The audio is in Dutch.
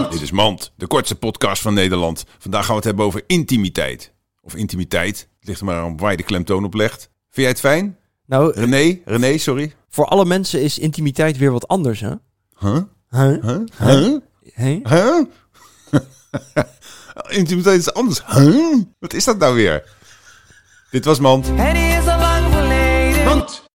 Dit is Mand, de kortste podcast van Nederland. Vandaag gaan we het hebben over intimiteit. Of intimiteit, het ligt er maar aan waar je de klemtoon op legt. Vind jij het fijn? Nou, René, sorry. voor alle mensen is intimiteit weer wat anders, hè? Intimiteit is anders. Wat is dat nou weer? Dit was Mand. Het is al lang verleden. Mand.